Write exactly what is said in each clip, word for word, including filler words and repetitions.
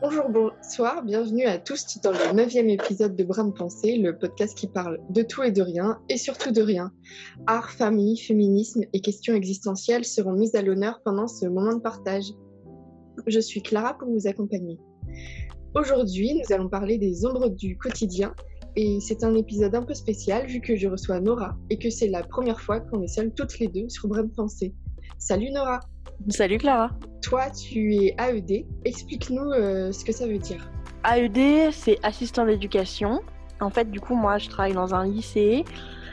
Bonjour, bonsoir, bienvenue à tous dans le neuvième épisode de Brin de Pensée, le podcast qui parle de tout et de rien, et surtout de rien. Art, famille, féminisme et questions existentielles seront mises à l'honneur pendant ce moment de partage. Je suis Clara pour vous accompagner. Aujourd'hui, nous allons parler des ombres du quotidien, et c'est un épisode un peu spécial vu que je reçois Nora et que c'est la première fois qu'on est seules toutes les deux sur Brin de Pensée. Salut Nora! Salut Clara. Toi, tu es A E D. Explique-nous euh, ce que ça veut dire. A E D, c'est assistant d'éducation. En fait, du coup, moi, je travaille dans un lycée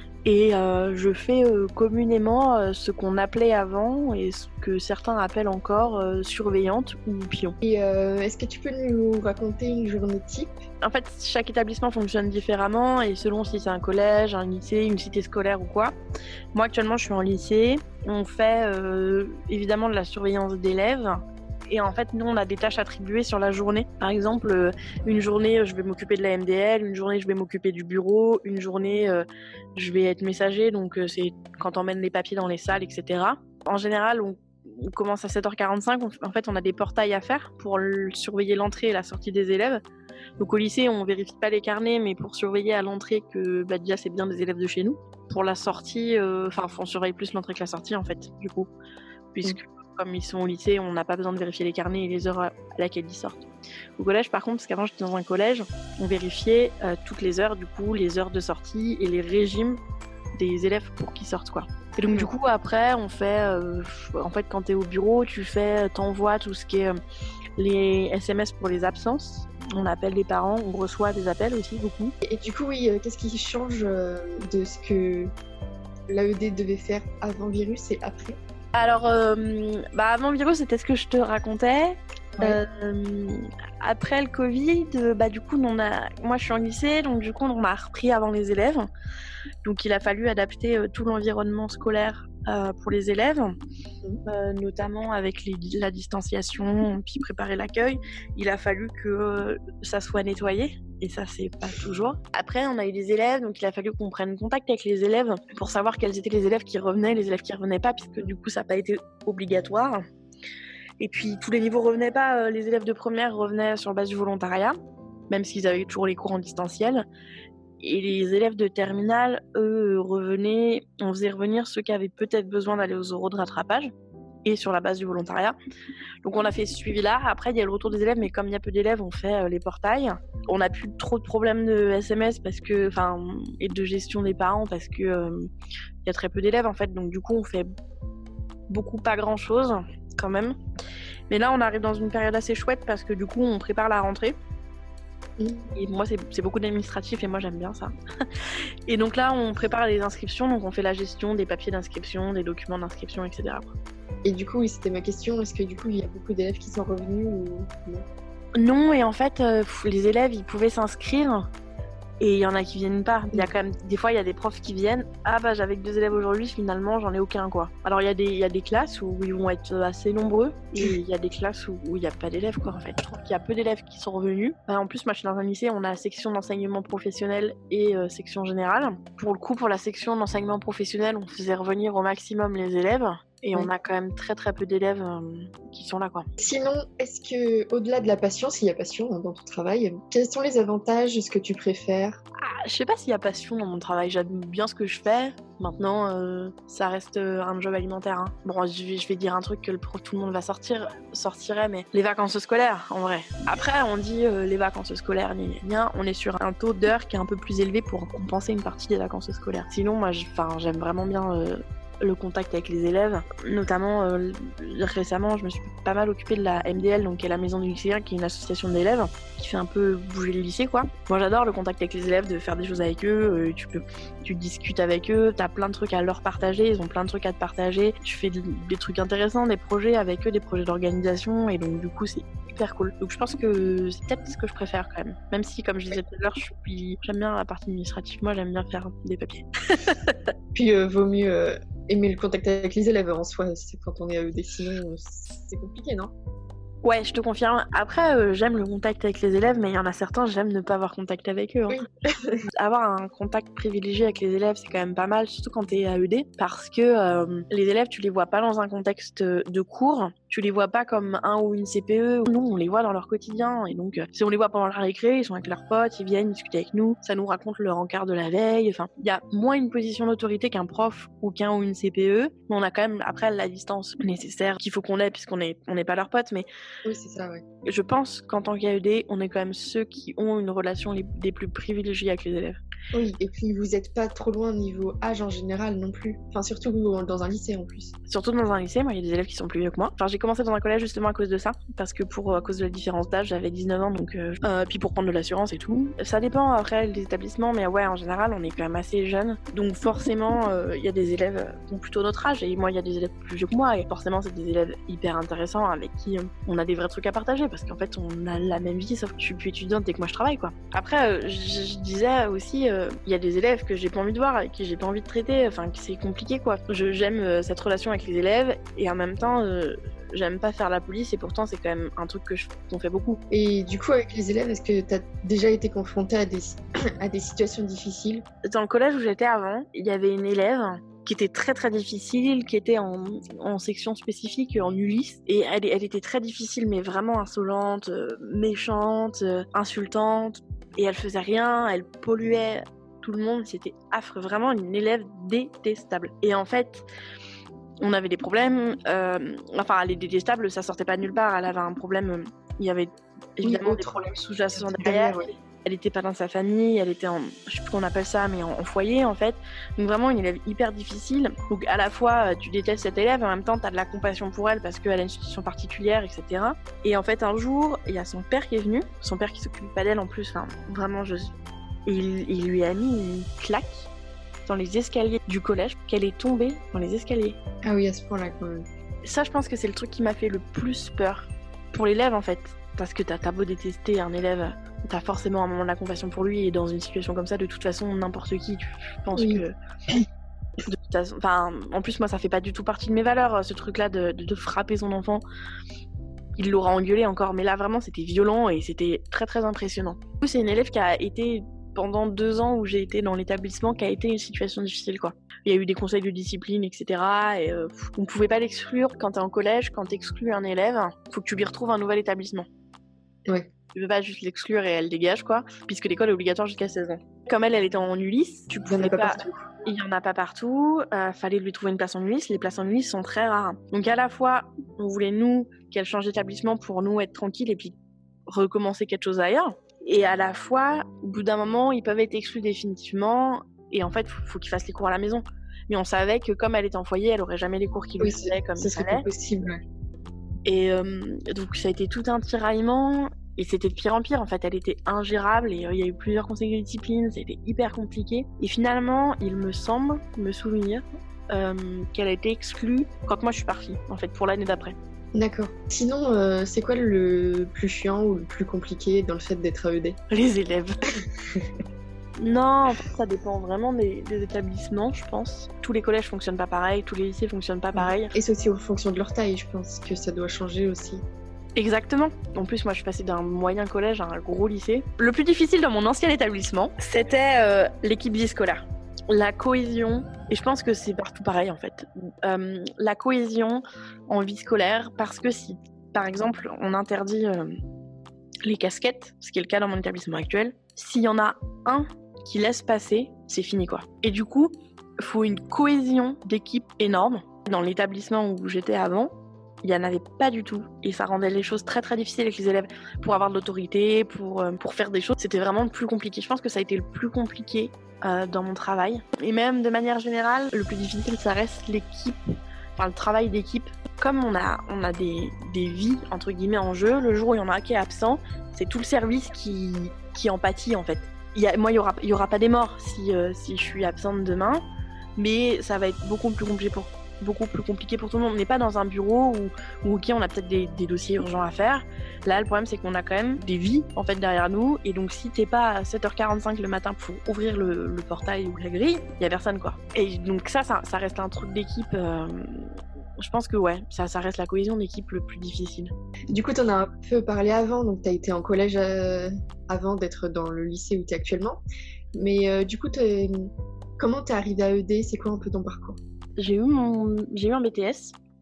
et euh, je fais euh, communément euh, ce qu'on appelait avant et ce que certains appellent encore euh, surveillante ou pion. Et euh, est-ce que tu peux nous raconter une journée type ? En fait, chaque établissement fonctionne différemment et selon si c'est un collège, un lycée, une cité scolaire ou quoi. Moi, actuellement, je suis en lycée. On fait euh, évidemment de la surveillance d'élèves. Et en fait, nous, on a des tâches attribuées sur la journée. Par exemple, euh, une journée, je vais m'occuper de la M D L, une journée, je vais m'occuper du bureau, une journée, euh, je vais être messager, donc euh, c'est quand on emmène les papiers dans les salles, et cetera. En général, on, on commence à sept heures quarante-cinq. On, en fait, on a des portails à faire pour le, surveiller l'entrée et la sortie des élèves. Donc au lycée, on vérifie pas les carnets, mais pour surveiller à l'entrée que bah, déjà, c'est bien des élèves de chez nous. Pour la sortie, enfin, euh, on surveille plus l'entrée que la sortie, en fait, du coup, puisque... Mmh. Comme ils sont au lycée, on n'a pas besoin de vérifier les carnets et les heures à laquelle ils sortent. Au collège, par contre, parce qu'avant j'étais dans un collège, on vérifiait euh, toutes les heures, du coup, les heures de sortie et les régimes des élèves pour qu'ils sortent, quoi. Et donc, du coup, après, on fait, euh, en fait, quand t'es au bureau, tu fais, t'envoies tout ce qui est euh, les S M S pour les absences. On appelle les parents, on reçoit des appels aussi, beaucoup. Et, et du coup, oui, euh, qu'est-ce qui change euh, de ce que l'A E D devait faire avant le virus et après ? Alors, euh, bah avant le virus, c'était ce que je te racontais. Ouais. Euh, après le Covid, bah du coup, on a, moi je suis en lycée, donc du coup, on a repris avant les élèves. Donc, il a fallu adapter euh, tout l'environnement scolaire euh, pour les élèves, euh, notamment avec les, la distanciation, puis préparer l'accueil. Il a fallu que euh, ça soit nettoyé. Et ça, c'est pas toujours. Après, on a eu des élèves, donc il a fallu qu'on prenne contact avec les élèves pour savoir quels étaient les élèves qui revenaient, les élèves qui revenaient pas, puisque du coup, ça n'a pas été obligatoire. Et puis, tous les niveaux revenaient pas. Les élèves de première revenaient sur base du volontariat, même s'ils avaient toujours les cours en distanciel. Et les élèves de terminale, eux, revenaient, on faisait revenir ceux qui avaient peut-être besoin d'aller aux oraux de rattrapage, et sur la base du volontariat. Donc on a fait ce suivi-là. Après, il y a le retour des élèves, mais comme il y a peu d'élèves, on fait euh, les portails. On n'a plus trop de problèmes de S M S parce que, enfin, et de gestion des parents parce que euh, y a très peu d'élèves en fait. Donc du coup, on fait beaucoup pas grand-chose quand même. Mais là, on arrive dans une période assez chouette parce que du coup, on prépare la rentrée. Et moi, c'est, c'est beaucoup d'administratif et moi, j'aime bien ça. Et donc là, on prépare les inscriptions. Donc on fait la gestion des papiers d'inscription, des documents d'inscription, et cetera. Et du coup, oui, c'était ma question. Est-ce que du coup, il y a beaucoup d'élèves qui sont revenus ou non ? Non, et en fait, euh, les élèves, ils pouvaient s'inscrire et il y en a qui viennent pas. Il y a quand même, des fois, il y a des profs qui viennent. Ah bah, j'avais que deux élèves aujourd'hui, finalement, j'en ai aucun, quoi. Alors, il y a des, il y a des classes où ils vont être assez nombreux et il y a des classes où, où il n'y a pas d'élèves, quoi, en fait. Je trouve qu'il y a peu d'élèves qui sont revenus. En plus, moi, je suis dans un lycée, on a section d'enseignement professionnel et euh, section générale. Pour le coup, pour la section d'enseignement professionnel, on faisait revenir au maximum les élèves. Et on a quand même très très peu d'élèves euh, qui sont là, quoi. Sinon, est-ce que, au-delà de la passion, s'il y a passion hein, dans ton travail, quels sont les avantages, ce que tu préfères ? Ah, je sais pas s'il y a passion dans mon travail, j'aime bien ce que je fais. Maintenant, euh, ça reste un job alimentaire. Hein. Bon, je vais, je vais dire un truc que le, tout le monde va sortir, sortirait, mais les vacances scolaires, en vrai. Après, on dit euh, les vacances scolaires, gna, gna, gna, on est sur un taux d'heures qui est un peu plus élevé pour compenser une partie des vacances scolaires. Sinon, moi, j'aime vraiment bien... Euh, le contact avec les élèves, notamment euh, récemment je me suis pas mal occupée de la M D L, donc qui est la maison du lycéen, qui est une association d'élèves qui fait un peu bouger le lycée, quoi. Moi j'adore le contact avec les élèves, de faire des choses avec eux, euh, tu peux tu discutes avec eux, t'as plein de trucs à leur partager, ils ont plein de trucs à te partager, tu fais des, des trucs intéressants, des projets avec eux, des projets d'organisation, et donc du coup c'est hyper cool. Donc je pense que c'est peut-être ce que je préfère quand même, même si comme je disais tout à l'heure, je suis... j'aime bien la partie administrative, moi j'aime bien faire des papiers. Puis euh, vaut mieux euh... aimer le contact avec les élèves en soi, c'est quand on est à E D, sinon c'est compliqué, non ? Ouais, je te confirme. Après, euh, j'aime le contact avec les élèves, mais il y en a certains, j'aime ne pas avoir contact avec eux. Hein. Oui. Avoir un contact privilégié avec les élèves, c'est quand même pas mal, surtout quand t'es à E D, parce que euh, les élèves, tu les vois pas dans un contexte de cours, Tu les vois pas comme un ou une C P E. Nous, on les voit dans leur quotidien. Et donc, euh, si on les voit pendant la récré, ils sont avec leurs potes, ils viennent discuter avec nous, ça nous raconte leur encart de la veille. Enfin, il y a moins une position d'autorité qu'un prof ou qu'un ou une C P E. Mais on a quand même, après, la distance nécessaire qu'il faut qu'on ait, puisqu'on n'est on n'est pas leurs potes. Mais oui, c'est ça, ouais. Je pense qu'en tant qu'A E D, on est quand même ceux qui ont une relation les, des plus privilégiées avec les élèves. Oui, et puis vous n'êtes pas trop loin niveau âge en général non plus. Enfin, surtout dans un lycée en plus. Surtout dans un lycée, moi, il y a des élèves qui sont plus vieux que moi. Enfin, j'ai commencé dans un collège justement à cause de ça, parce que pour à cause de la différence d'âge, j'avais dix-neuf ans, donc euh, euh, puis pour prendre de l'assurance et tout. Ça dépend après des établissements, mais ouais, en général, on est quand même assez jeunes, donc forcément, euh, il y a des élèves qui ont plutôt notre âge, et moi, il y a des élèves plus vieux que moi, et forcément, c'est des élèves hyper intéressants avec qui euh, on a des vrais trucs à partager, parce qu'en fait, on a la même vie, sauf que je suis plus étudiante dès que moi je travaille, quoi. Après, euh, je, je disais aussi, il euh, y a des élèves que j'ai pas envie de voir, avec qui j'ai pas envie de traiter, enfin, c'est compliqué, quoi. Je, j'aime euh, cette relation avec les élèves, et en même temps, euh, j'aime pas faire la police, et pourtant, c'est quand même un truc que je, qu'on fait beaucoup. Et du coup, avec les élèves, est-ce que t'as déjà été confrontée à des, à des situations difficiles? Dans le collège où j'étais avant, il y avait une élève qui était très très difficile, qui était en, en section spécifique, en Ulysse, et elle, elle était très difficile, mais vraiment insolente, euh, méchante, euh, insultante, et elle faisait rien, elle polluait tout le monde, c'était affreux, vraiment une élève détestable. Et en fait, on avait des problèmes, euh, enfin elle est détestable, ça sortait pas de nulle part, elle avait un problème, il y avait évidemment oui, des problèmes sous-jacents derrière, ouais. Elle était pas dans sa famille, elle était en, je sais plus qu'on appelle ça, mais en, en foyer en fait. Donc vraiment une élève hyper difficile. Donc à la fois tu détestes cette élève, en même temps t'as de la compassion pour elle parce qu'elle a une situation particulière, et cetera. Et en fait un jour, il y a son père qui est venu, son père qui s'occupe pas d'elle en plus, enfin vraiment je... Et il, il lui a mis une claque dans les escaliers du collège, qu'elle est tombée dans les escaliers. Ah oui, à ce point-là quand même. Ça je pense que c'est le truc qui m'a fait le plus peur. Pour l'élève en fait. Parce que t'as, t'as beau détester un élève, t'as forcément un moment de la compassion pour lui, et dans une situation comme ça, de toute façon, n'importe qui, je pense oui. que... De toute façon, enfin, en plus, moi, ça fait pas du tout partie de mes valeurs, ce truc-là de, de, de frapper son enfant. Il l'aura engueulé encore, mais là, vraiment, c'était violent et c'était très, très impressionnant. Du coup, c'est une élève qui a été, pendant deux ans où j'ai été dans l'établissement, qui a été une situation difficile, quoi. Il y a eu des conseils de discipline, et cetera. Et euh, on pouvait pas l'exclure quand t'es en collège, quand t'exclus un élève, faut que tu lui retrouves un nouvel établissement. Ouais. Tu peux pas juste l'exclure et elle dégage, quoi, puisque l'école est obligatoire jusqu'à seize ans. Comme elle, elle était en Ulysse, tu pouvais il y en a pas, pas... partout. Il y en a pas partout, euh, fallait lui trouver une place en Ulysse, les places en Ulysse sont très rares. Donc à la fois, on voulait nous qu'elle change d'établissement pour nous être tranquilles et puis recommencer quelque chose ailleurs, et à la fois, au bout d'un moment, ils peuvent être exclus définitivement, et en fait, faut, faut qu'ils fassent les cours à la maison. Mais on savait que comme elle était en foyer, elle aurait jamais les cours qui lui faisaient comme il fallait. C'est possible. Et euh, donc ça a été tout un tiraillement. Et c'était de pire en pire, en fait, elle était ingérable et il euh, y a eu plusieurs conseils de discipline, c'était hyper compliqué. Et finalement, il me semble me souvenir euh, qu'elle a été exclue quand moi je suis partie, en fait, pour l'année d'après. D'accord. Sinon, euh, c'est quoi le plus chiant ou le plus compliqué dans le fait d'être A E D ? Les élèves. Non, en fait, ça dépend vraiment des, des établissements, je pense. Tous les collèges fonctionnent pas pareil, tous les lycées fonctionnent pas pareil. Et c'est aussi en fonction de leur taille, je pense que ça doit changer aussi. Exactement. En plus, moi, je suis passée d'un moyen collège à un gros lycée. Le plus difficile dans mon ancien établissement, c'était euh, l'équipe vie scolaire. La cohésion, et je pense que c'est partout pareil, en fait. Euh, la cohésion en vie scolaire, parce que si, par exemple, on interdit euh, les casquettes, ce qui est le cas dans mon établissement actuel, s'il y en a un qui laisse passer, c'est fini, quoi. Et du coup, il faut une cohésion d'équipe énorme. Dans l'établissement où j'étais avant, il n'y en avait pas du tout, et ça rendait les choses très très difficiles avec les élèves pour avoir de l'autorité, pour, euh, pour faire des choses. C'était vraiment le plus compliqué. Je pense que ça a été le plus compliqué euh, dans mon travail. Et même de manière générale, le plus difficile, ça reste l'équipe, enfin le travail d'équipe. Comme on a, on a des, des vies, entre guillemets, en jeu, le jour où il y en a un qui est absent, c'est tout le service qui, qui en pâtit, en fait. Il y a, moi, il n'y aura, il y aura pas des morts si, euh, si je suis absente demain, mais ça va être beaucoup plus compliqué pour beaucoup plus compliqué pour tout le monde. On n'est pas dans un bureau où, où ok, on a peut-être des, des dossiers urgents à faire. Là, le problème, c'est qu'on a quand même des vies en fait derrière nous, et donc si t'es pas à sept heures quarante-cinq le matin pour ouvrir le, le portail ou la grille, il y a personne, quoi. Et donc ça, ça, ça reste un truc d'équipe. Euh, je pense que ouais, ça, ça reste la cohésion d'équipe le plus difficile. Du coup, t'en as un peu parlé avant, donc t'as été en collège euh, avant d'être dans le lycée où t'es actuellement. Mais euh, du coup, t'es... comment t'es arrivée à E D ? C'est quoi un peu ton parcours ? J'ai eu, mon... j'ai eu un B T S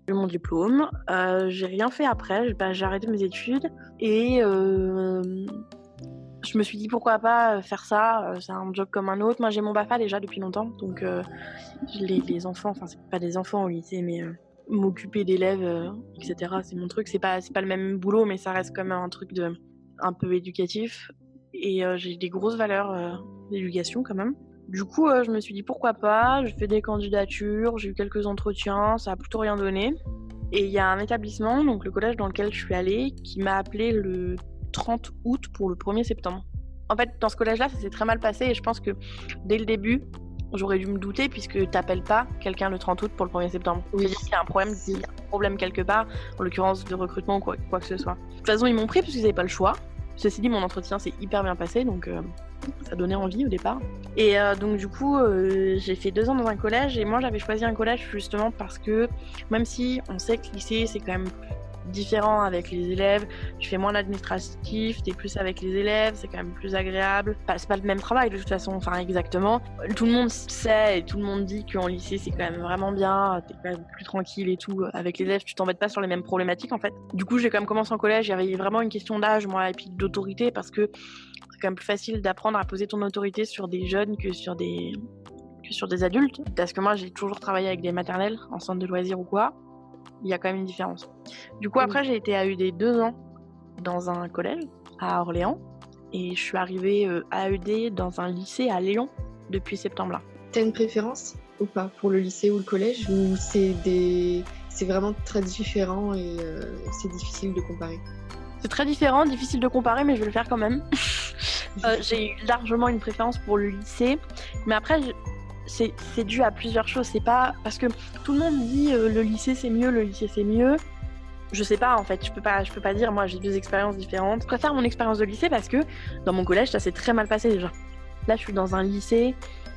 J'ai eu mon diplôme, euh, j'ai rien fait après, bah, j'ai arrêté mes études et euh, je me suis dit pourquoi pas faire ça, c'est un job comme un autre. Moi j'ai mon B A F A déjà depuis longtemps, donc euh, les, les enfants, enfin c'est pas des enfants au lycée, mais euh, m'occuper d'élèves, euh, et cetera. C'est mon truc, c'est pas, c'est pas le même boulot, mais ça reste quand même un truc de, un peu éducatif. Et euh, j'ai des grosses valeurs euh, d'éducation quand même. Du coup, euh, je me suis dit pourquoi pas, j'ai fait des candidatures, j'ai eu quelques entretiens, ça a plutôt rien donné. Et il y a un établissement, donc le collège dans lequel je suis allée, qui m'a appelé le trente août pour le premier septembre. En fait, dans ce collège-là, ça s'est très mal passé et je pense que dès le début, j'aurais dû me douter puisque t'appelles pas quelqu'un le trente août pour le premier septembre. Oui. C'est-à-dire qu'il y a un problème, il y a un problème quelque part, en l'occurrence de recrutement ou quoi, quoi que ce soit. De toute façon, ils m'ont pris parce qu'ils n'avaient pas le choix. Ceci dit, mon entretien s'est hyper bien passé, donc euh, ça donnait envie au départ. Et euh, donc du coup, euh, j'ai fait deux ans dans un collège et moi j'avais choisi un collège justement parce que même si on sait que le lycée c'est quand même différent avec les élèves, tu fais moins d'administratif, t'es plus avec les élèves, c'est quand même plus agréable. Enfin, c'est pas le même travail de toute façon, enfin exactement. Tout le monde sait et tout le monde dit qu'en lycée c'est quand même vraiment bien, t'es quand même plus tranquille et tout. Avec les élèves, tu t'embêtes pas sur les mêmes problématiques en fait. Du coup, j'ai quand même commencé en collège, il y avait vraiment une question d'âge, moi, et puis d'autorité parce que c'est quand même plus facile d'apprendre à poser ton autorité sur des jeunes que sur des, que sur des adultes. Parce que moi, j'ai toujours travaillé avec des maternelles, en centre de loisirs ou quoi. Il y a quand même une différence. Du coup, après, j'ai été à E D deux ans dans un collège à Orléans. Et je suis arrivée à E D dans un lycée à Lyon depuis septembre là. T'as une préférence ou pas pour le lycée ou le collège, ou c'est des... c'est vraiment très différent et euh, c'est difficile de comparer? C'est très différent, difficile de comparer, mais je vais le faire quand même. euh, j'ai largement une préférence pour le lycée. Mais après, je... C'est, c'est dû à plusieurs choses. C'est pas parce que tout le monde dit euh, le lycée c'est mieux, le lycée c'est mieux. Je sais pas en fait, je peux pas, je peux pas dire. Moi j'ai deux expériences différentes. Je préfère mon expérience de lycée parce que dans mon collège ça s'est très mal passé déjà. Là je suis dans un lycée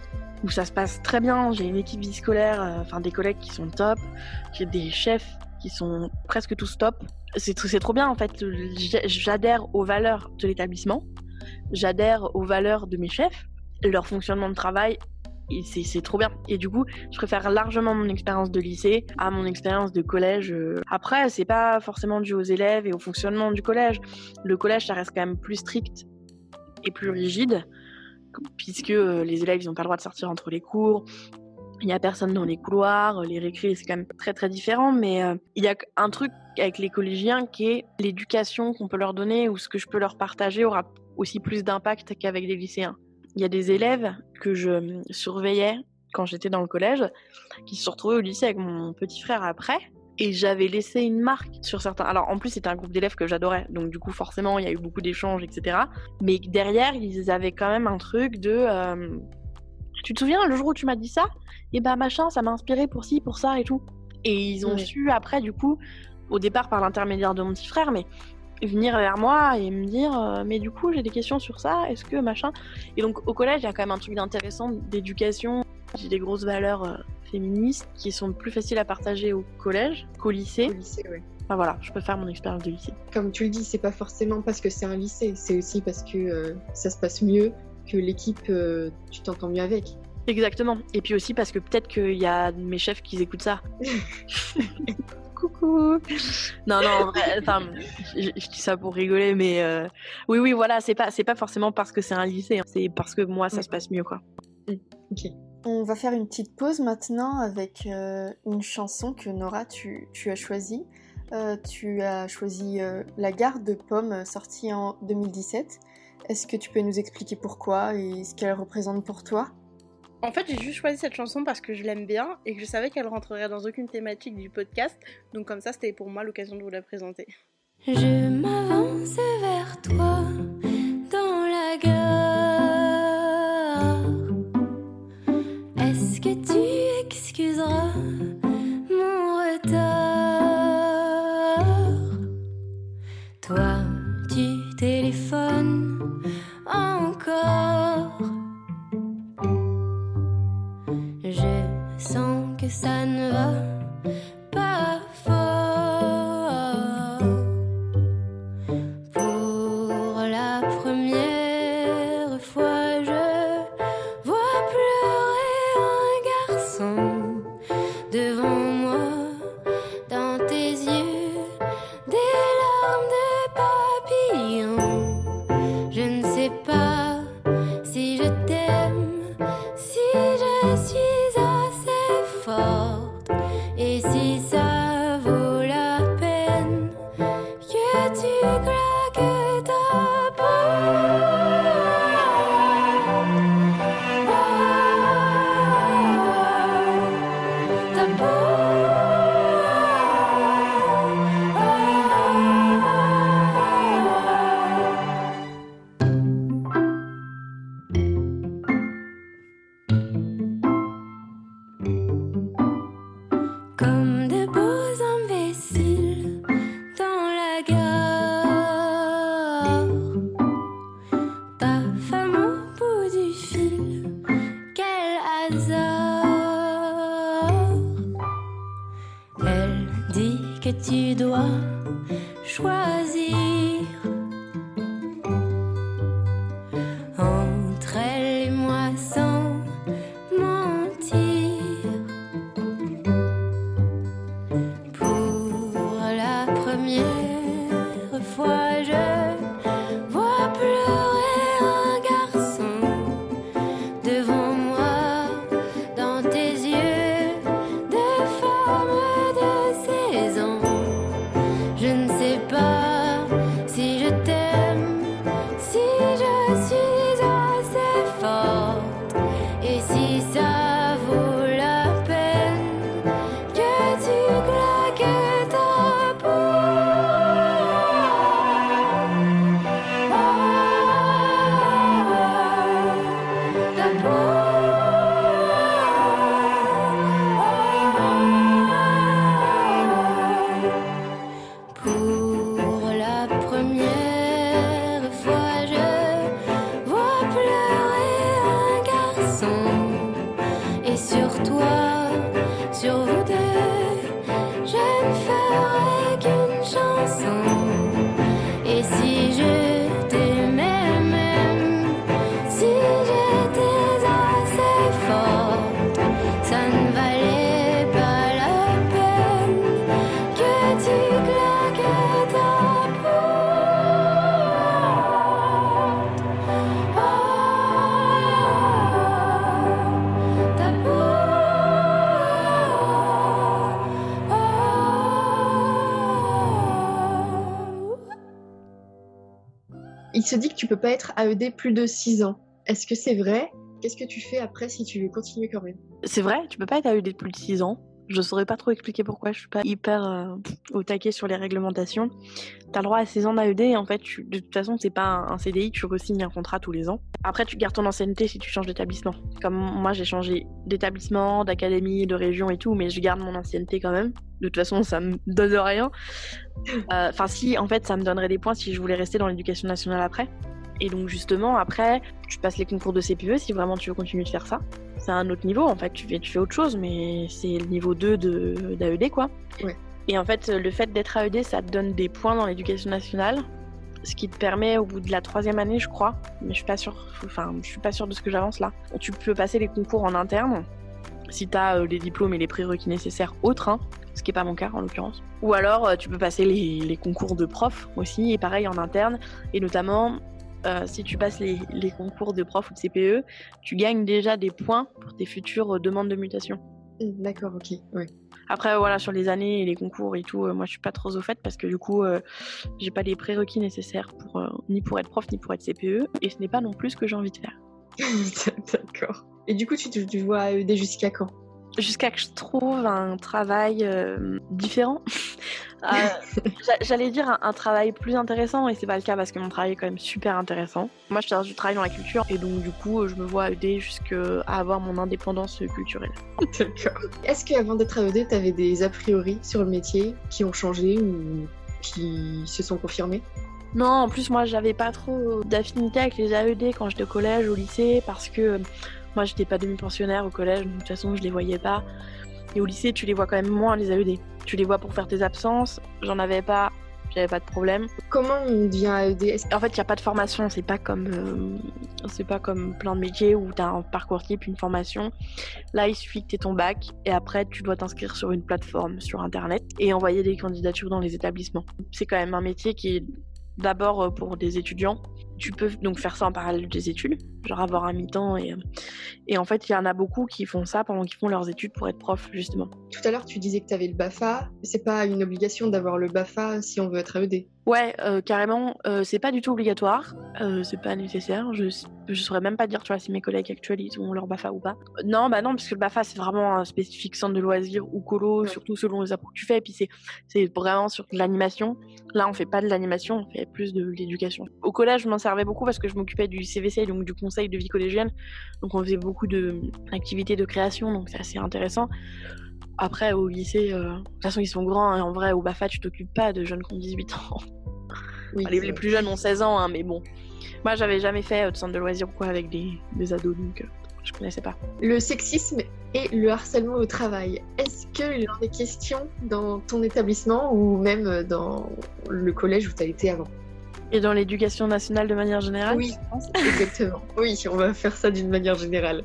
où ça se passe très bien. J'ai une équipe vie scolaire, euh, enfin des collègues qui sont top. J'ai des chefs qui sont presque tous top. C'est, c'est trop bien en fait. J'adhère aux valeurs de l'établissement. J'adhère aux valeurs de mes chefs, leur fonctionnement de travail. Et c'est, c'est trop bien. Et du coup, je préfère largement mon expérience de lycée à mon expérience de collège. Après, c'est pas forcément dû aux élèves et au fonctionnement du collège. Le collège, ça reste quand même plus strict et plus rigide, puisque les élèves, ils n'ont pas le droit de sortir entre les cours. Il n'y a personne dans les couloirs. Les récrés, c'est quand même très très différent. Mais euh, il y a un truc avec les collégiens qui est l'éducation qu'on peut leur donner ou ce que je peux leur partager aura aussi plus d'impact qu'avec des lycéens. Il y a des élèves que je surveillais quand j'étais dans le collège qui se sont retrouvés au lycée avec mon petit frère après et j'avais laissé une marque sur certains. Alors en plus c'était un groupe d'élèves que j'adorais, donc du coup forcément il y a eu beaucoup d'échanges, et cetera. Mais derrière ils avaient quand même un truc de euh... tu te souviens le jour où tu m'as dit ça, et bah machin ça m'a inspiré pour ci, pour ça et tout. Et ils ont oui. su après du coup, au départ par l'intermédiaire de mon petit frère, mais venir vers moi et me dire euh, mais du coup j'ai des questions sur ça, est-ce que machin. Et donc au collège il y a quand même un truc d'intéressant d'éducation. J'ai des grosses valeurs euh, féministes qui sont plus faciles à partager au collège qu'au lycée. Au lycée, oui. Enfin voilà, je préfère mon expérience de lycée. Comme tu le dis, c'est pas forcément parce que c'est un lycée, c'est aussi parce que euh, ça se passe mieux, que l'équipe euh, tu t'entends mieux avec. Exactement. Et puis aussi parce que peut-être qu'il y a mes chefs qui écoutent ça. Coucou. Non, non, en vrai, enfin, je, je dis ça pour rigoler, mais euh, oui, oui, voilà, c'est pas, c'est pas forcément parce que c'est un lycée, hein, c'est parce que moi, ça oui. se passe mieux, quoi. Ok. On va faire une petite pause maintenant avec euh, une chanson que Nora, tu, tu as choisie. Euh, tu as choisi euh, La Garde de Pomme, sortie en deux mille dix-sept. Est-ce que tu peux nous expliquer pourquoi et ce qu'elle représente pour toi ? En fait, j'ai juste choisi cette chanson parce que je l'aime bien et que je savais qu'elle rentrerait dans aucune thématique du podcast. Donc comme ça, c'était pour moi l'occasion de vous la présenter. Je m'avance vers toi dans la gare. Est-ce que tu excuseras mon retard? Toi, tu téléphones encore. Je sens que ça ne va pas fort. Pour la première fois, je vois pleurer un garçon devant moi dans sais pas si je t'aime, si je suis assez forte et si ça vaut la peine que tu claques ta porte. Ta Comme de beaux imbéciles dans la gare, ta femme au bout du fil, quel hasard. Elle dit que tu dois choisir entre elle et moi sans mentir. Pour la première fois, je vois pleurer un garçon devant moi, dans tes yeux de femme de seize ans. Je ne sais pas si je t'aime, si je suis assez forte et si ça vaut la peine que tu claques ta porte. Ta porte. Pour la première fois, je vois pleurer un garçon. Et sur toi, sur vous deux, je ne ferai qu'une chanson. Et si je t'aimais même, si j'étais assez forte, ça ne valait pas la peine que tu claques ta porte. Oh, ta porte. Il se dit que tu peux pas être A E D plus de six ans. Est-ce que c'est vrai? Qu'est-ce que tu fais après si tu veux continuer quand même? C'est vrai, tu peux pas être A E D de plus de six ans. Je saurais pas trop expliquer pourquoi, je suis pas hyper euh, au taquet sur les réglementations. T'as le droit à six ans d'A E D et en fait, tu, de toute façon, c'est pas un, un C D I, tu re-signes un contrat tous les ans. Après, tu gardes ton ancienneté si tu changes d'établissement. Comme moi, j'ai changé d'établissement, d'académie, de région et tout, mais je garde mon ancienneté quand même. De toute façon, ça me donne rien. Enfin, euh, si, en fait, ça me donnerait des points si je voulais rester dans l'éducation nationale après. Et donc, justement, après, tu passes les concours de C P E si vraiment tu veux continuer de faire ça. C'est un autre niveau, en fait, tu fais, tu fais autre chose, mais c'est le niveau deux de, d'A E D, quoi. Ouais. Et en fait, le fait d'être A E D, ça te donne des points dans l'éducation nationale, ce qui te permet, au bout de la troisième année, je crois, mais je suis pas sûre, enfin, je suis pas sûre de ce que j'avance là, tu peux passer les concours en interne, si t'as euh, les diplômes et les prérequis nécessaires autres, hein, ce qui est pas mon cas en l'occurrence. Ou alors, euh, tu peux passer les, les concours de prof aussi, et pareil en interne, et notamment... Euh, si tu passes les, les concours de prof ou de C P E, tu gagnes déjà des points pour tes futures euh, demandes de mutation. Mmh, d'accord, ok, ouais. Après, voilà, sur les années et les concours et tout, euh, moi je suis pas trop au fait parce que du coup, euh, j'ai pas les prérequis nécessaires pour, euh, ni pour être prof ni pour être C P E, et ce n'est pas non plus ce que j'ai envie de faire. D'accord. Et du coup, tu te tu vois A E D jusqu'à quand? Jusqu'à que je trouve un travail euh, différent. euh, j'allais dire un, un travail plus intéressant, et c'est pas le cas parce que mon travail est quand même super intéressant. Moi, je cherche du travail dans la culture, et donc du coup, je me vois A E D jusqu'à avoir mon indépendance culturelle. D'accord. Est-ce qu'avant d'être A E D, t'avais des a priori sur le métier qui ont changé ou qui se sont confirmés? Non, en plus, moi, j'avais pas trop d'affinité avec les A E D quand j'étais au collège, au lycée, parce que moi, j'étais pas demi-pensionnaire au collège, de toute façon, je les voyais pas. Et au lycée, tu les vois quand même moins, les A E D. Tu les vois pour faire tes absences, j'en avais pas, j'avais pas de problème. Comment on devient A E D? En fait, il n'y a pas de formation, c'est pas comme euh, c'est pas comme plein de métiers où tu as un parcours type, une formation. Là, il suffit que tu aies ton bac et après, tu dois t'inscrire sur une plateforme sur Internet et envoyer des candidatures dans les établissements. C'est quand même un métier qui est d'abord pour des étudiants, tu peux donc faire ça en parallèle des études, genre avoir un mi-temps et, et en fait il y en a beaucoup qui font ça pendant qu'ils font leurs études pour être prof justement. Tout à l'heure tu disais que tu avais le BAFA, c'est pas une obligation d'avoir le BAFA si on veut être A E D? Ouais, euh, carrément, euh, c'est pas du tout obligatoire, euh, c'est pas nécessaire, je, je saurais même pas dire, tu vois, si mes collègues actuels ils ont leur BAFA ou pas. Non, bah non, parce que le BAFA c'est vraiment un spécifique centre de loisirs ou colo, ouais. Surtout selon les appros que tu fais, et puis c'est, c'est vraiment sur de l'animation. Là on fait pas de l'animation, on fait plus de l'éducation. Au collège je m'en servais beaucoup parce que je m'occupais du C V C, donc du conseil de vie collégienne, donc on faisait beaucoup d'activités de, de création, donc c'est assez intéressant. Après au lycée, euh, de toute façon ils sont grands, et en vrai au BAFA tu t'occupes pas de jeunes qui ont dix-huit ans. Oui, les, les plus jeunes ont seize ans, hein, mais bon. Moi, j'avais jamais fait euh, de centre de loisirs ou quoi avec des, des ados, donc euh, je connaissais pas. Le sexisme et le harcèlement au travail, est-ce qu'il en est question dans ton établissement ou même dans le collège où tu as été avant? Et dans l'éducation nationale de manière générale? Oui, je pense. Exactement. Oui, on va faire ça d'une manière générale.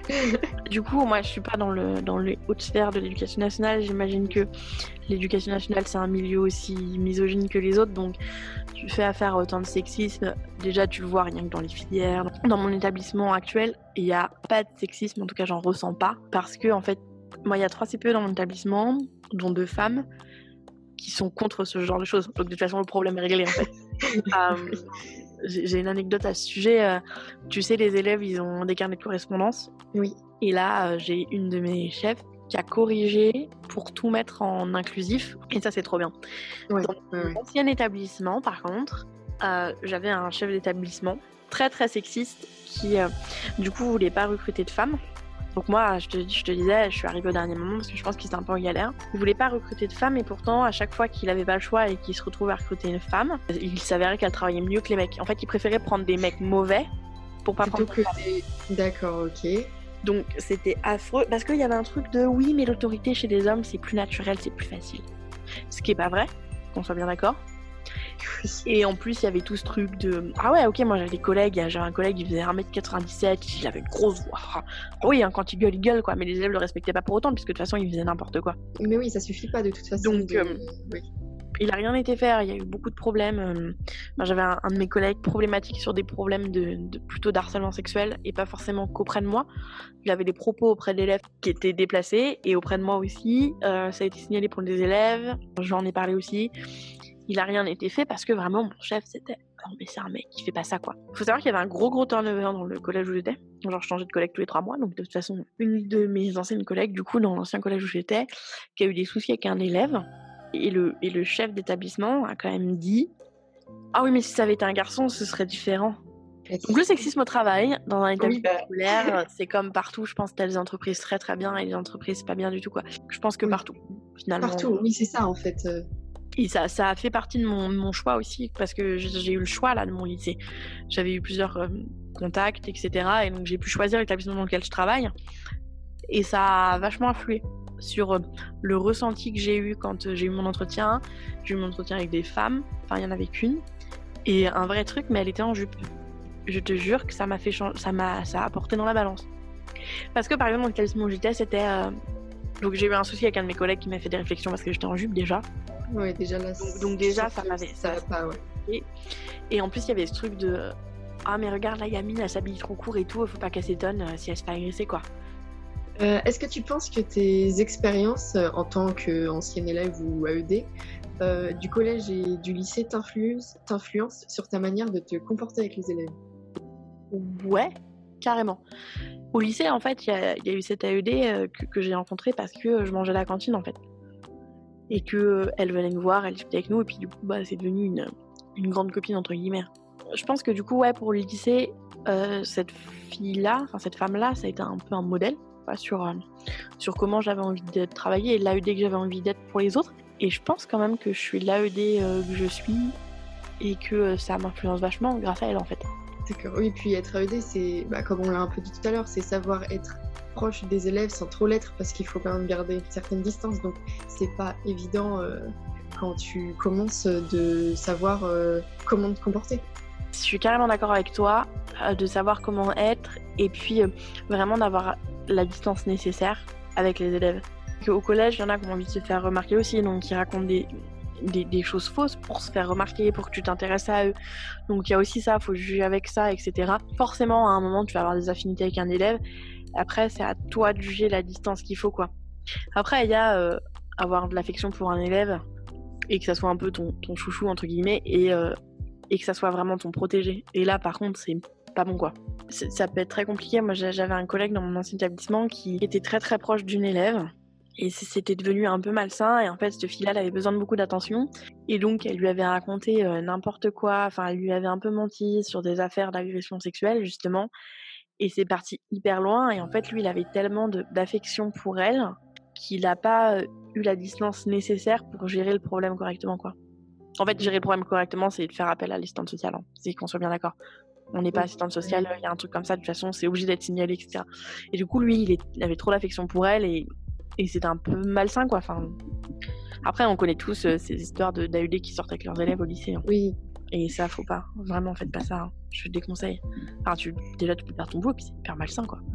Du coup, moi, je suis pas dans le dans les hautes sphères de l'éducation nationale. J'imagine que l'éducation nationale, c'est un milieu aussi misogyne que les autres. Donc, tu fais affaire à autant de sexisme. Déjà, tu le vois rien que dans les filières. Dans mon établissement actuel, il n'y a pas de sexisme. En tout cas, j'en ressens pas. Parce que, en fait, moi, il y a trois C P E dans mon établissement, dont deux femmes, qui sont contre ce genre de choses. Donc, de toute façon, le problème est réglé, en fait. euh, j'ai une anecdote à ce sujet. Euh, tu sais, les élèves, ils ont des carnets de correspondance. Oui. Et là, euh, j'ai une de mes chefs qui a corrigé pour tout mettre en inclusif. Et ça, c'est trop bien. Ouais, Dans ouais, mon ancien établissement, par contre, euh, j'avais un chef d'établissement très, très sexiste qui, euh, du coup, voulait pas recruter de femmes. Donc moi, je te, je te disais, je suis arrivée au dernier moment parce que je pense qu'il était un peu en galère. Il voulait pas recruter de femmes et pourtant, à chaque fois qu'il avait pas le choix et qu'il se retrouvait à recruter une femme, il s'avérait qu'elle travaillait mieux que les mecs. En fait, il préférait prendre des mecs mauvais pour pas Plutôt prendre que des... D'accord, ok. Donc c'était affreux parce qu'il y avait un truc de oui, mais l'autorité chez les hommes, c'est plus naturel, c'est plus facile. Ce qui est pas vrai, qu'on soit bien d'accord. Et en plus, il y avait tout ce truc de ah ouais, ok, moi j'avais des collègues, j'avais un collègue, il faisait un mètre quatre-vingt-dix-sept, il avait une grosse voix. Ah oui, hein, quand il gueule, il gueule, quoi, mais les élèves le respectaient pas pour autant, puisque de toute façon, il faisait n'importe quoi. Mais oui, ça suffit pas de toute façon. Donc, de... euh, oui. Il a rien été fait, il y a eu beaucoup de problèmes. Moi, j'avais un, un de mes collègues problématique sur des problèmes de, de plutôt d'harcèlement sexuel et pas forcément qu'auprès de moi. Il avait des propos auprès d'élèves qui étaient déplacés et auprès de moi aussi. Euh, ça a été signalé pour des élèves, j'en ai parlé aussi. Il a rien été fait parce que vraiment mon chef c'était non mais c'est un mec qui fait pas ça quoi. Faut savoir qu'il y avait un gros gros turnover dans le collège où j'étais. Genre je changeais de collègue tous les trois mois, donc de toute façon une de mes anciennes collègues du coup dans l'ancien collège où j'étais qui a eu des soucis avec un élève et le et le chef d'établissement a quand même dit ah oui mais si ça avait été un garçon ce serait différent. Donc le sexisme au travail dans un établissement oui, bah... scolaire c'est comme partout, je pense que t'as des entreprises très très bien et des entreprises pas bien du tout quoi. Je pense que oui. partout finalement. Partout, oui c'est ça en fait. Et ça, ça a fait partie de mon, mon choix aussi, parce que j'ai eu le choix là de mon lycée. J'avais eu plusieurs euh, contacts, et cetera. Et donc j'ai pu choisir l'établissement dans lequel je travaille. Et ça a vachement influé sur euh, le ressenti que j'ai eu quand euh, j'ai eu mon entretien. J'ai eu mon entretien avec des femmes, enfin il n'y en avait qu'une. Et un vrai truc, mais elle était en jupe. Je te jure que ça m'a fait changer, ça m'a, ça a apporté dans la balance. Parce que par exemple, dans l'établissement où j'étais, c'était... Euh... Donc j'ai eu un souci avec un de mes collègues qui m'a fait des réflexions parce que j'étais en jupe déjà. Ouais, déjà là. Donc, donc déjà, ça m'avait. Ça, ça va pas, ouais. Et, et en plus, il y avait ce truc de ah, mais regarde, là, Yamine, elle s'habille trop court et tout, faut pas qu'elle s'étonne euh, si elle se fait agresser, quoi. Euh, est-ce que tu penses que tes expériences euh, en tant qu'ancienne élève ou A E D euh, du collège et du lycée t'influencent, t'influencent sur ta manière de te comporter avec les élèves? Ouais, carrément. Au lycée, en fait, il y, y a eu cette A E D euh, que, que j'ai rencontrée parce que je mangeais à la cantine, en fait. Et qu'elle venait nous voir, elle discutait avec nous, et puis du coup, bah, c'est devenu une, une grande copine, entre guillemets. Je pense que du coup, ouais, pour le lycée, euh, cette fille-là, enfin cette femme-là, ça a été un peu un modèle quoi, sur, euh, sur comment j'avais envie de travailler et l'A E D que j'avais envie d'être pour les autres. Et je pense quand même que je suis l'A E D euh, que je suis et que euh, ça m'influence vachement grâce à elle, en fait. D'accord, oui, puis être A E D, c'est, bah, comme on l'a un peu dit tout à l'heure, c'est savoir être proche des élèves sans trop l'être parce qu'il faut quand même garder une certaine distance, donc c'est pas évident euh, quand tu commences de savoir euh, comment te comporter. Je suis carrément d'accord avec toi, euh, de savoir comment être et puis euh, vraiment d'avoir la distance nécessaire avec les élèves. Au collège, il y en a qui ont envie de se faire remarquer aussi, donc qui racontent des, des, des choses fausses pour se faire remarquer, pour que tu t'intéresses à eux. Donc il y a aussi ça, faut juger avec ça, et cetera. Forcément, à un moment, tu vas avoir des affinités avec un élève. Après, c'est à toi de juger la distance qu'il faut, quoi. Après, il y a euh, avoir de l'affection pour un élève et que ça soit un peu ton, ton chouchou, entre guillemets, et, euh, et que ça soit vraiment ton protégé. Et là, par contre, c'est pas bon, quoi. C'est, ça peut être très compliqué. Moi, j'avais un collègue dans mon ancien établissement qui était très très proche d'une élève. Et c'était devenu un peu malsain. Et en fait, cette fille-là, elle avait besoin de beaucoup d'attention. Et donc, elle lui avait raconté euh, n'importe quoi. Enfin, elle lui avait un peu menti sur des affaires d'agression sexuelle, justement. Et c'est parti hyper loin. Et en fait, lui, il avait tellement de, d'affection pour elle qu'il n'a pas euh, eu la distance nécessaire pour gérer le problème correctement, quoi. En fait, gérer le problème correctement, c'est de faire appel à l'assistante sociale. Hein. C'est qu'on soit bien d'accord. On n'est pas assistante sociale, il y a un truc comme ça, de toute façon, c'est obligé d'être signalé, et cetera. Et du coup, lui, il, est, il avait trop d'affection pour elle et, et c'était un peu malsain, quoi. Enfin, après, on connaît tous euh, ces histoires de, d'A E D qui sortent avec leurs élèves au lycée. Hein. Oui. Et ça, faut pas. Vraiment, faites pas ça. Hein. Je te déconseille. Enfin, tu, déjà, tu peux perdre ton boulot, puis c'est hyper malsain, quoi.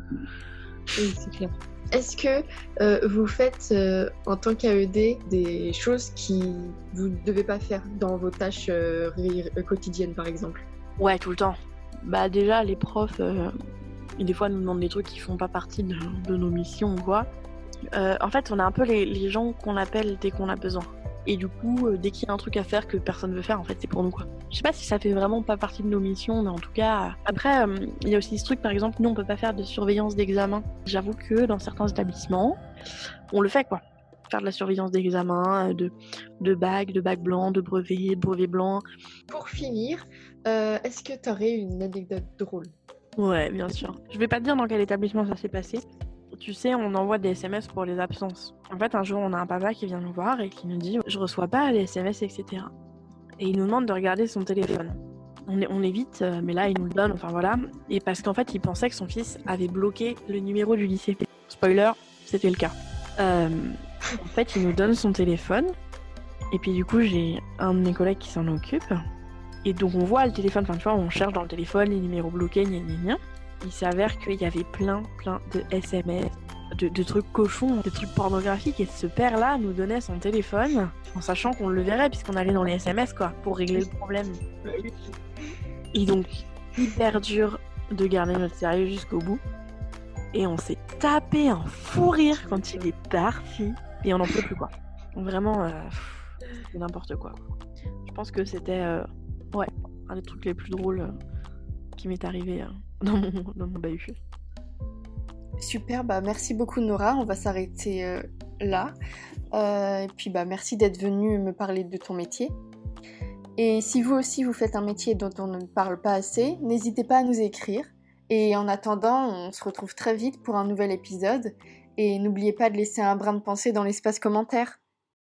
Oui, c'est clair. Est-ce que euh, vous faites, euh, en tant qu'A E D, des choses qui vous ne devez pas faire dans vos tâches euh, ré- quotidiennes, par exemple ? Ouais, tout le temps. Bah déjà, les profs, euh, des fois, nous demandent des trucs qui font pas partie de, de nos missions ou quoi. Euh, en fait, on a un peu les, les gens qu'on appelle dès qu'on a besoin. Et du coup, euh, dès qu'il y a un truc à faire que personne veut faire, en fait, c'est pour nous, quoi. Je sais pas si ça fait vraiment pas partie de nos missions, mais en tout cas... Après, euh, il y a aussi ce truc, par exemple, nous, on peut pas faire de surveillance d'examen. J'avoue que dans certains établissements, on le fait, quoi. Faire de la surveillance d'examen, de, de bacs, de bacs blancs, de brevets, de brevets blancs. Pour finir, euh, est-ce que tu aurais une anecdote drôle ? Ouais, bien sûr. Je vais pas te dire dans quel établissement ça s'est passé. Tu sais, on envoie des S M S pour les absences. En fait, un jour, on a un papa qui vient nous voir et qui nous dit « Je reçois pas les S M S, et cetera » Et il nous demande de regarder son téléphone. On, est, on évite, mais là, il nous le donne, enfin voilà. Et parce qu'en fait, il pensait que son fils avait bloqué le numéro du lycée. Spoiler, c'était le cas. Euh, en fait, il nous donne son téléphone. Et puis du coup, j'ai un de mes collègues qui s'en occupe. Et donc, on voit le téléphone, enfin tu vois, on cherche dans le téléphone les numéros bloqués, gna gna gna. Il s'avère qu'il y avait plein, plein de S M S, de, de trucs cochons, de trucs pornographiques. Et ce père-là nous donnait son téléphone en sachant qu'on le verrait puisqu'on allait dans les S M S, quoi, pour régler le problème. Et donc, hyper dur de garder notre sérieux jusqu'au bout. Et on s'est tapé un fou rire quand il est parti. Et on n'en peut plus, quoi. Vraiment, euh, c'est n'importe quoi. Je pense que c'était euh, ouais, un des trucs les plus drôles euh, qui m'est arrivé euh, dans mon, dans mon bahut. Super, bah merci beaucoup Nora, on va s'arrêter euh, là. Euh, et puis bah merci d'être venue me parler de ton métier. Et si vous aussi vous faites un métier dont on ne parle pas assez, n'hésitez pas à nous écrire. Et en attendant, on se retrouve très vite pour un nouvel épisode. Et n'oubliez pas de laisser un brin de pensée dans l'espace commentaire.